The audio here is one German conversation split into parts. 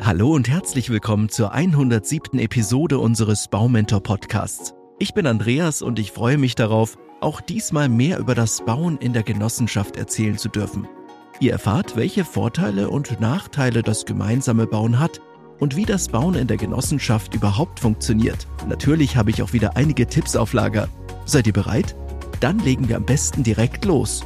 Hallo und herzlich willkommen zur 107. Episode unseres Baumentor-Podcasts. Ich bin Andreas und ich freue mich darauf, auch diesmal mehr über das Bauen in der Genossenschaft erzählen zu dürfen. Ihr erfahrt, welche Vorteile und Nachteile das gemeinsame Bauen hat und wie das Bauen in der Genossenschaft überhaupt funktioniert. Natürlich habe ich auch wieder einige Tipps auf Lager. Seid ihr bereit? Dann legen wir am besten direkt los.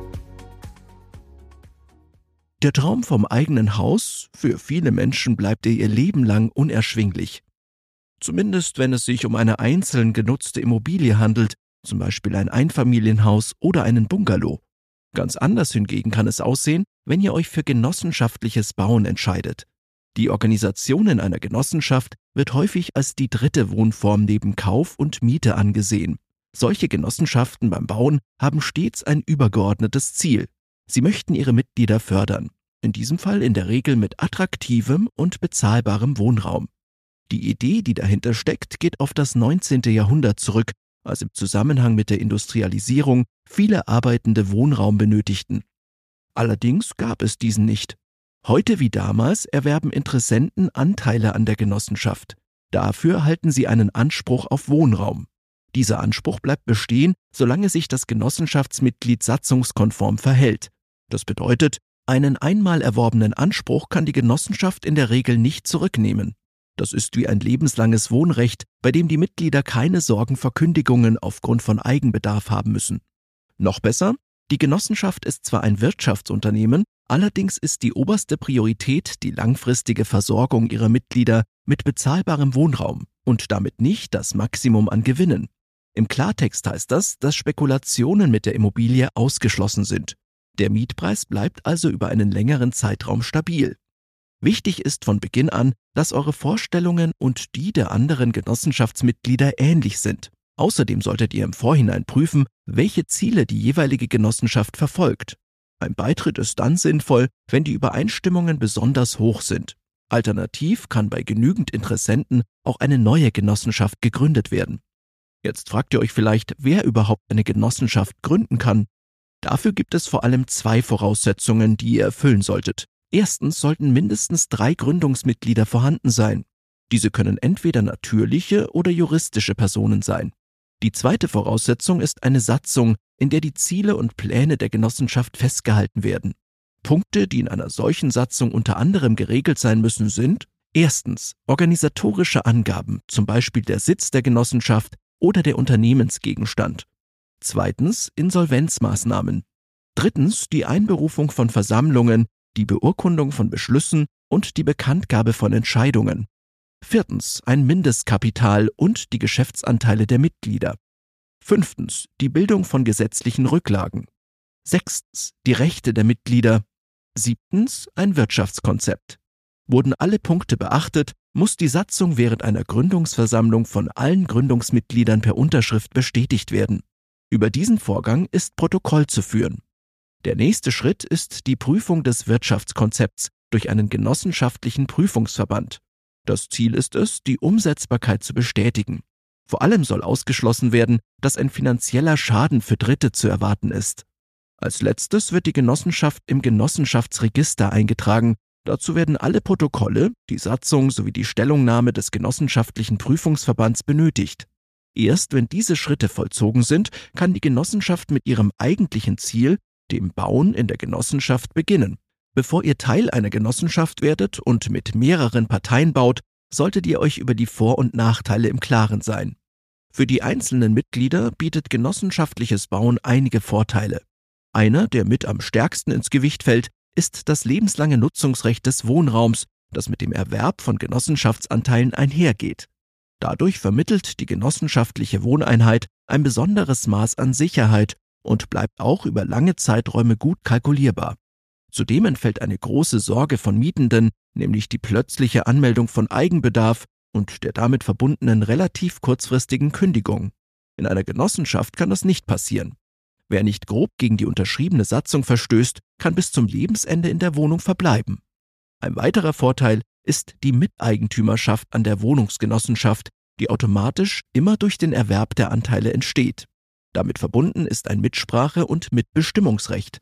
Der Traum vom eigenen Haus, für viele Menschen bleibt er ihr Leben lang unerschwinglich. Zumindest wenn es sich um eine einzeln genutzte Immobilie handelt, zum Beispiel ein Einfamilienhaus oder einen Bungalow. Ganz anders hingegen kann es aussehen, wenn ihr euch für genossenschaftliches Bauen entscheidet. Die Organisation in einer Genossenschaft wird häufig als die dritte Wohnform neben Kauf und Miete angesehen. Solche Genossenschaften beim Bauen haben stets ein übergeordnetes Ziel. Sie möchten ihre Mitglieder fördern, in diesem Fall in der Regel mit attraktivem und bezahlbarem Wohnraum. Die Idee, die dahinter steckt, geht auf das 19. Jahrhundert zurück, als im Zusammenhang mit der Industrialisierung viele Arbeitende Wohnraum benötigten. Allerdings gab es diesen nicht. Heute wie damals erwerben Interessenten Anteile an der Genossenschaft. Dafür halten sie einen Anspruch auf Wohnraum. Dieser Anspruch bleibt bestehen, solange sich das Genossenschaftsmitglied satzungskonform verhält. Das bedeutet, einen einmal erworbenen Anspruch kann die Genossenschaft in der Regel nicht zurücknehmen. Das ist wie ein lebenslanges Wohnrecht, bei dem die Mitglieder keine Sorgen vor Kündigungen aufgrund von Eigenbedarf haben müssen. Noch besser, die Genossenschaft ist zwar ein Wirtschaftsunternehmen, allerdings ist die oberste Priorität die langfristige Versorgung ihrer Mitglieder mit bezahlbarem Wohnraum und damit nicht das Maximum an Gewinnen. Im Klartext heißt das, dass Spekulationen mit der Immobilie ausgeschlossen sind. Der Mietpreis bleibt also über einen längeren Zeitraum stabil. Wichtig ist von Beginn an, dass eure Vorstellungen und die der anderen Genossenschaftsmitglieder ähnlich sind. Außerdem solltet ihr im Vorhinein prüfen, welche Ziele die jeweilige Genossenschaft verfolgt. Ein Beitritt ist dann sinnvoll, wenn die Übereinstimmungen besonders hoch sind. Alternativ kann bei genügend Interessenten auch eine neue Genossenschaft gegründet werden. Jetzt fragt ihr euch vielleicht, wer überhaupt eine Genossenschaft gründen kann. Dafür gibt es vor allem 2 Voraussetzungen, die ihr erfüllen solltet. Erstens sollten mindestens 3 Gründungsmitglieder vorhanden sein. Diese können entweder natürliche oder juristische Personen sein. Die zweite Voraussetzung ist eine Satzung, in der die Ziele und Pläne der Genossenschaft festgehalten werden. Punkte, die in einer solchen Satzung unter anderem geregelt sein müssen, sind: Erstens, organisatorische Angaben, zum Beispiel der Sitz der Genossenschaft oder der Unternehmensgegenstand. Zweitens, Insolvenzmaßnahmen. Drittens, die Einberufung von Versammlungen, die Beurkundung von Beschlüssen und die Bekanntgabe von Entscheidungen. Viertens, ein Mindestkapital und die Geschäftsanteile der Mitglieder. Fünftens, die Bildung von gesetzlichen Rücklagen. Sechstens, die Rechte der Mitglieder. Siebtens, ein Wirtschaftskonzept. Wurden alle Punkte beachtet, muss die Satzung während einer Gründungsversammlung von allen Gründungsmitgliedern per Unterschrift bestätigt werden. Über diesen Vorgang ist Protokoll zu führen. Der nächste Schritt ist die Prüfung des Wirtschaftskonzepts durch einen genossenschaftlichen Prüfungsverband. Das Ziel ist es, die Umsetzbarkeit zu bestätigen. Vor allem soll ausgeschlossen werden, dass ein finanzieller Schaden für Dritte zu erwarten ist. Als letztes wird die Genossenschaft im Genossenschaftsregister eingetragen. Dazu werden alle Protokolle, die Satzung sowie die Stellungnahme des genossenschaftlichen Prüfungsverbands benötigt. Erst wenn diese Schritte vollzogen sind, kann die Genossenschaft mit ihrem eigentlichen Ziel, dem Bauen in der Genossenschaft, beginnen. Bevor ihr Teil einer Genossenschaft werdet und mit mehreren Parteien baut, solltet ihr euch über die Vor- und Nachteile im Klaren sein. Für die einzelnen Mitglieder bietet genossenschaftliches Bauen einige Vorteile. Einer, der mit am stärksten ins Gewicht fällt, ist das lebenslange Nutzungsrecht des Wohnraums, das mit dem Erwerb von Genossenschaftsanteilen einhergeht. Dadurch vermittelt die genossenschaftliche Wohneinheit ein besonderes Maß an Sicherheit und bleibt auch über lange Zeiträume gut kalkulierbar. Zudem entfällt eine große Sorge von Mietenden, nämlich die plötzliche Anmeldung von Eigenbedarf und der damit verbundenen relativ kurzfristigen Kündigung. In einer Genossenschaft kann das nicht passieren. Wer nicht grob gegen die unterschriebene Satzung verstößt, kann bis zum Lebensende in der Wohnung verbleiben. Ein weiterer Vorteil ist die Miteigentümerschaft an der Wohnungsgenossenschaft, die automatisch immer durch den Erwerb der Anteile entsteht. Damit verbunden ist ein Mitsprache- und Mitbestimmungsrecht.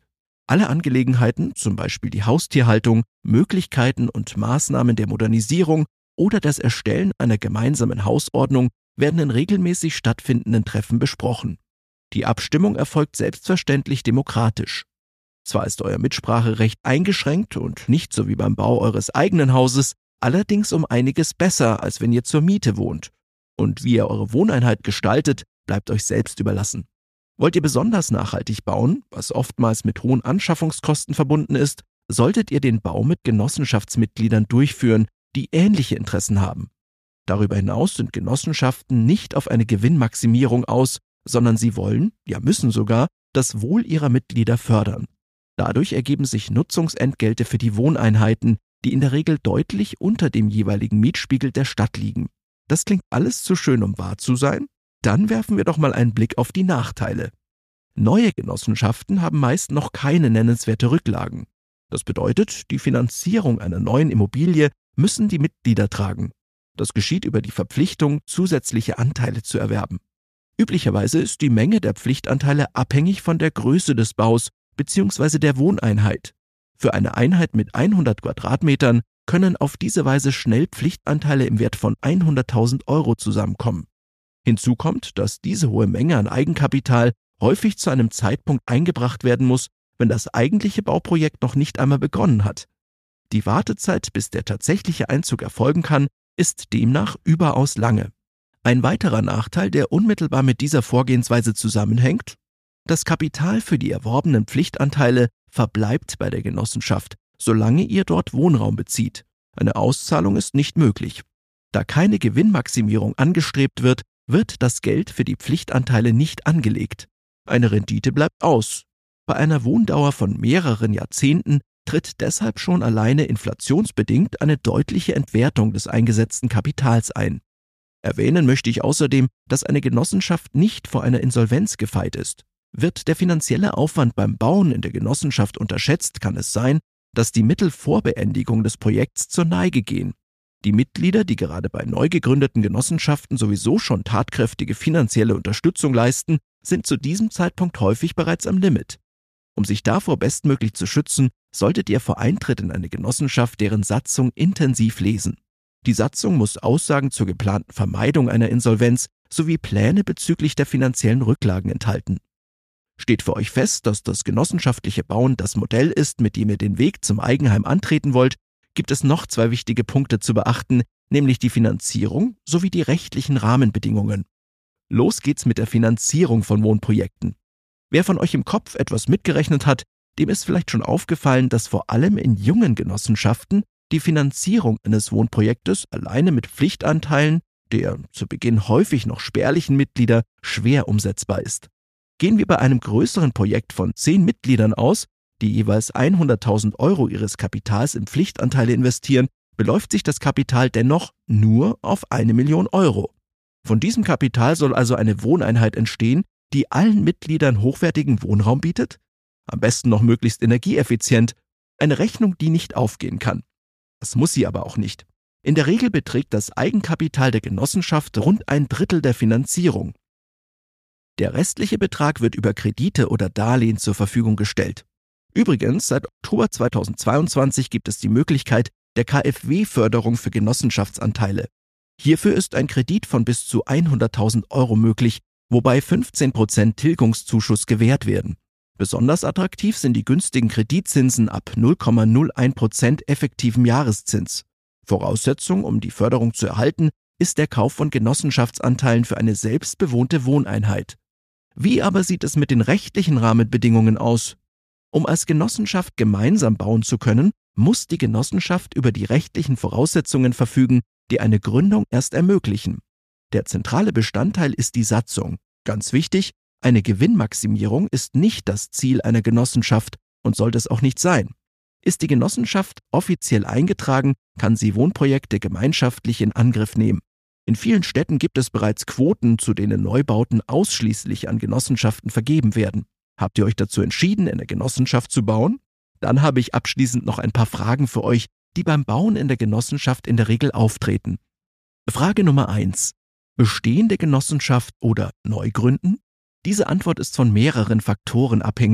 Alle Angelegenheiten, zum Beispiel die Haustierhaltung, Möglichkeiten und Maßnahmen der Modernisierung oder das Erstellen einer gemeinsamen Hausordnung, werden in regelmäßig stattfindenden Treffen besprochen. Die Abstimmung erfolgt selbstverständlich demokratisch. Zwar ist euer Mitspracherecht eingeschränkt und nicht so wie beim Bau eures eigenen Hauses, allerdings um einiges besser, als wenn ihr zur Miete wohnt. Und wie ihr eure Wohneinheit gestaltet, bleibt euch selbst überlassen. Wollt ihr besonders nachhaltig bauen, was oftmals mit hohen Anschaffungskosten verbunden ist, solltet ihr den Bau mit Genossenschaftsmitgliedern durchführen, die ähnliche Interessen haben. Darüber hinaus sind Genossenschaften nicht auf eine Gewinnmaximierung aus, sondern sie wollen, ja müssen sogar, das Wohl ihrer Mitglieder fördern. Dadurch ergeben sich Nutzungsentgelte für die Wohneinheiten, die in der Regel deutlich unter dem jeweiligen Mietspiegel der Stadt liegen. Das klingt alles zu schön, um wahr zu sein? Dann werfen wir doch mal einen Blick auf die Nachteile. Neue Genossenschaften haben meist noch keine nennenswerte Rücklagen. Das bedeutet, die Finanzierung einer neuen Immobilie müssen die Mitglieder tragen. Das geschieht über die Verpflichtung, zusätzliche Anteile zu erwerben. Üblicherweise ist die Menge der Pflichtanteile abhängig von der Größe des Baus bzw. der Wohneinheit. Für eine Einheit mit 100 Quadratmetern können auf diese Weise schnell Pflichtanteile im Wert von 100.000 € zusammenkommen. Hinzu kommt, dass diese hohe Menge an Eigenkapital häufig zu einem Zeitpunkt eingebracht werden muss, wenn das eigentliche Bauprojekt noch nicht einmal begonnen hat. Die Wartezeit, bis der tatsächliche Einzug erfolgen kann, ist demnach überaus lange. Ein weiterer Nachteil, der unmittelbar mit dieser Vorgehensweise zusammenhängt: Das Kapital für die erworbenen Pflichtanteile verbleibt bei der Genossenschaft, solange ihr dort Wohnraum bezieht. Eine Auszahlung ist nicht möglich. Da keine Gewinnmaximierung angestrebt wird, wird das Geld für die Pflichtanteile nicht angelegt. Eine Rendite bleibt aus. Bei einer Wohndauer von mehreren Jahrzehnten tritt deshalb schon alleine inflationsbedingt eine deutliche Entwertung des eingesetzten Kapitals ein. Erwähnen möchte ich außerdem, dass eine Genossenschaft nicht vor einer Insolvenz gefeit ist. Wird der finanzielle Aufwand beim Bauen in der Genossenschaft unterschätzt, kann es sein, dass die Mittel vor Beendigung des Projekts zur Neige gehen. Die Mitglieder, die gerade bei neu gegründeten Genossenschaften sowieso schon tatkräftige finanzielle Unterstützung leisten, sind zu diesem Zeitpunkt häufig bereits am Limit. Um sich davor bestmöglich zu schützen, solltet ihr vor Eintritt in eine Genossenschaft deren Satzung intensiv lesen. Die Satzung muss Aussagen zur geplanten Vermeidung einer Insolvenz sowie Pläne bezüglich der finanziellen Rücklagen enthalten. Steht für euch fest, dass das genossenschaftliche Bauen das Modell ist, mit dem ihr den Weg zum Eigenheim antreten wollt, gibt es noch 2 wichtige Punkte zu beachten, nämlich die Finanzierung sowie die rechtlichen Rahmenbedingungen. Los geht's mit der Finanzierung von Wohnprojekten. Wer von euch im Kopf etwas mitgerechnet hat, dem ist vielleicht schon aufgefallen, dass vor allem in jungen Genossenschaften die Finanzierung eines Wohnprojektes alleine mit Pflichtanteilen der zu Beginn häufig noch spärlichen Mitglieder schwer umsetzbar ist. Gehen wir bei einem größeren Projekt von 10 Mitgliedern aus, die jeweils 100.000 € ihres Kapitals in Pflichtanteile investieren, beläuft sich das Kapital dennoch nur auf 1 Million €. Von diesem Kapital soll also eine Wohneinheit entstehen, die allen Mitgliedern hochwertigen Wohnraum bietet? Am besten noch möglichst energieeffizient. Eine Rechnung, die nicht aufgehen kann. Das muss sie aber auch nicht. In der Regel beträgt das Eigenkapital der Genossenschaft rund 1/3 der Finanzierung. Der restliche Betrag wird über Kredite oder Darlehen zur Verfügung gestellt. Übrigens, seit Oktober 2022 gibt es die Möglichkeit der KfW-Förderung für Genossenschaftsanteile. Hierfür ist ein Kredit von bis zu 100.000 € möglich, wobei 15% Tilgungszuschuss gewährt werden. Besonders attraktiv sind die günstigen Kreditzinsen ab 0,01% effektivem Jahreszins. Voraussetzung, um die Förderung zu erhalten, ist der Kauf von Genossenschaftsanteilen für eine selbstbewohnte Wohneinheit. Wie aber sieht es mit den rechtlichen Rahmenbedingungen aus? Um als Genossenschaft gemeinsam bauen zu können, muss die Genossenschaft über die rechtlichen Voraussetzungen verfügen, die eine Gründung erst ermöglichen. Der zentrale Bestandteil ist die Satzung. Ganz wichtig, eine Gewinnmaximierung ist nicht das Ziel einer Genossenschaft und sollte es auch nicht sein. Ist die Genossenschaft offiziell eingetragen, kann sie Wohnprojekte gemeinschaftlich in Angriff nehmen. In vielen Städten gibt es bereits Quoten, zu denen Neubauten ausschließlich an Genossenschaften vergeben werden. Habt ihr euch dazu entschieden, in der Genossenschaft zu bauen? Dann habe ich abschließend noch ein paar Fragen für euch, die beim Bauen in der Genossenschaft in der Regel auftreten. Frage Nummer 1. Bestehende Genossenschaft oder neu gründen? Diese Antwort ist von mehreren Faktoren abhängig.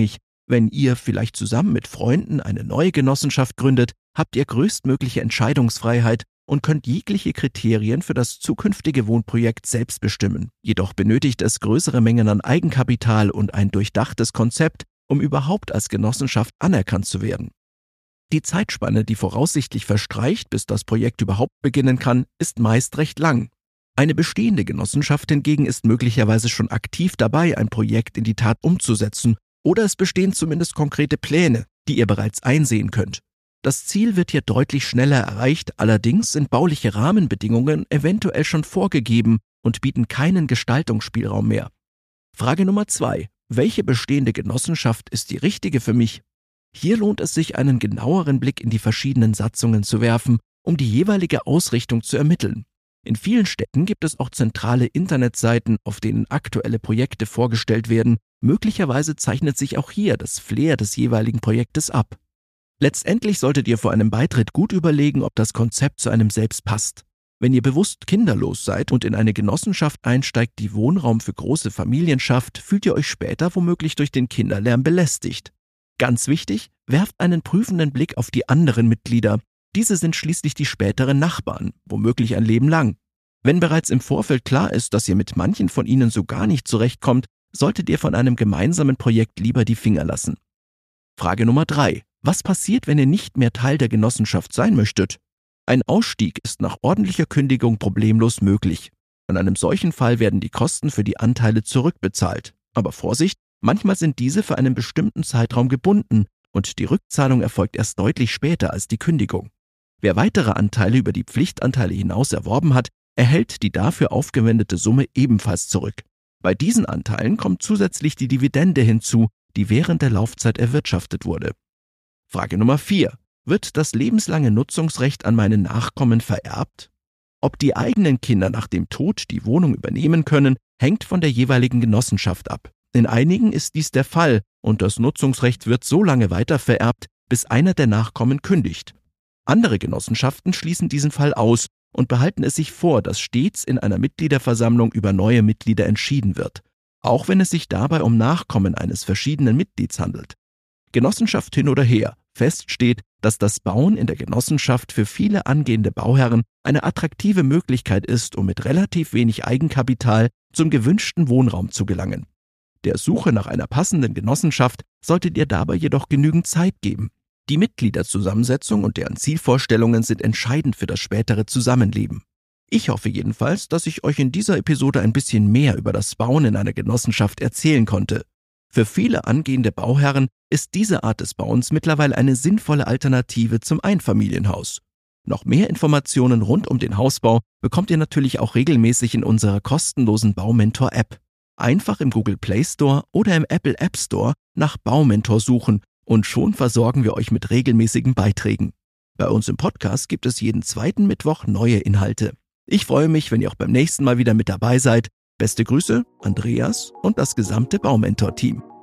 Wenn ihr vielleicht zusammen mit Freunden eine neue Genossenschaft gründet, habt ihr größtmögliche Entscheidungsfreiheit und könnt jegliche Kriterien für das zukünftige Wohnprojekt selbst bestimmen. Jedoch benötigt es größere Mengen an Eigenkapital und ein durchdachtes Konzept, um überhaupt als Genossenschaft anerkannt zu werden. Die Zeitspanne, die voraussichtlich verstreicht, bis das Projekt überhaupt beginnen kann, ist meist recht lang. Eine bestehende Genossenschaft hingegen ist möglicherweise schon aktiv dabei, ein Projekt in die Tat umzusetzen, oder es bestehen zumindest konkrete Pläne, die ihr bereits einsehen könnt. Das Ziel wird hier deutlich schneller erreicht, allerdings sind bauliche Rahmenbedingungen eventuell schon vorgegeben und bieten keinen Gestaltungsspielraum mehr. Frage Nummer 2. Welche bestehende Genossenschaft ist die richtige für mich? Hier lohnt es sich, einen genaueren Blick in die verschiedenen Satzungen zu werfen, um die jeweilige Ausrichtung zu ermitteln. In vielen Städten gibt es auch zentrale Internetseiten, auf denen aktuelle Projekte vorgestellt werden. Möglicherweise zeichnet sich auch hier das Flair des jeweiligen Projektes ab. Letztendlich solltet ihr vor einem Beitritt gut überlegen, ob das Konzept zu einem selbst passt. Wenn ihr bewusst kinderlos seid und in eine Genossenschaft einsteigt, die Wohnraum für große Familien schafft, fühlt ihr euch später womöglich durch den Kinderlärm belästigt. Ganz wichtig, werft einen prüfenden Blick auf die anderen Mitglieder. Diese sind schließlich die späteren Nachbarn, womöglich ein Leben lang. Wenn bereits im Vorfeld klar ist, dass ihr mit manchen von ihnen so gar nicht zurechtkommt, solltet ihr von einem gemeinsamen Projekt lieber die Finger lassen. Frage Nummer 3. Was passiert, wenn ihr nicht mehr Teil der Genossenschaft sein möchtet? Ein Ausstieg ist nach ordentlicher Kündigung problemlos möglich. In einem solchen Fall werden die Kosten für die Anteile zurückbezahlt. Aber Vorsicht, manchmal sind diese für einen bestimmten Zeitraum gebunden und die Rückzahlung erfolgt erst deutlich später als die Kündigung. Wer weitere Anteile über die Pflichtanteile hinaus erworben hat, erhält die dafür aufgewendete Summe ebenfalls zurück. Bei diesen Anteilen kommt zusätzlich die Dividende hinzu, die während der Laufzeit erwirtschaftet wurde. Frage Nummer 4. Wird das lebenslange Nutzungsrecht an meine Nachkommen vererbt? Ob die eigenen Kinder nach dem Tod die Wohnung übernehmen können, hängt von der jeweiligen Genossenschaft ab. In einigen ist dies der Fall und das Nutzungsrecht wird so lange weitervererbt, bis einer der Nachkommen kündigt. Andere Genossenschaften schließen diesen Fall aus und behalten es sich vor, dass stets in einer Mitgliederversammlung über neue Mitglieder entschieden wird, auch wenn es sich dabei um Nachkommen eines verschiedenen Mitglieds handelt. Genossenschaft hin oder her, fest steht, dass das Bauen in der Genossenschaft für viele angehende Bauherren eine attraktive Möglichkeit ist, um mit relativ wenig Eigenkapital zum gewünschten Wohnraum zu gelangen. Der Suche nach einer passenden Genossenschaft solltet ihr dabei jedoch genügend Zeit geben. Die Mitgliederzusammensetzung und deren Zielvorstellungen sind entscheidend für das spätere Zusammenleben. Ich hoffe jedenfalls, dass ich euch in dieser Episode ein bisschen mehr über das Bauen in einer Genossenschaft erzählen konnte. Für viele angehende Bauherren ist diese Art des Bauens mittlerweile eine sinnvolle Alternative zum Einfamilienhaus. Noch mehr Informationen rund um den Hausbau bekommt ihr natürlich auch regelmäßig in unserer kostenlosen Baumentor-App. Einfach im Google Play Store oder im Apple App Store nach Baumentor suchen und schon versorgen wir euch mit regelmäßigen Beiträgen. Bei uns im Podcast gibt es jeden zweiten Mittwoch neue Inhalte. Ich freue mich, wenn ihr auch beim nächsten Mal wieder mit dabei seid. Beste Grüße, Andreas und das gesamte Baumentor-Team.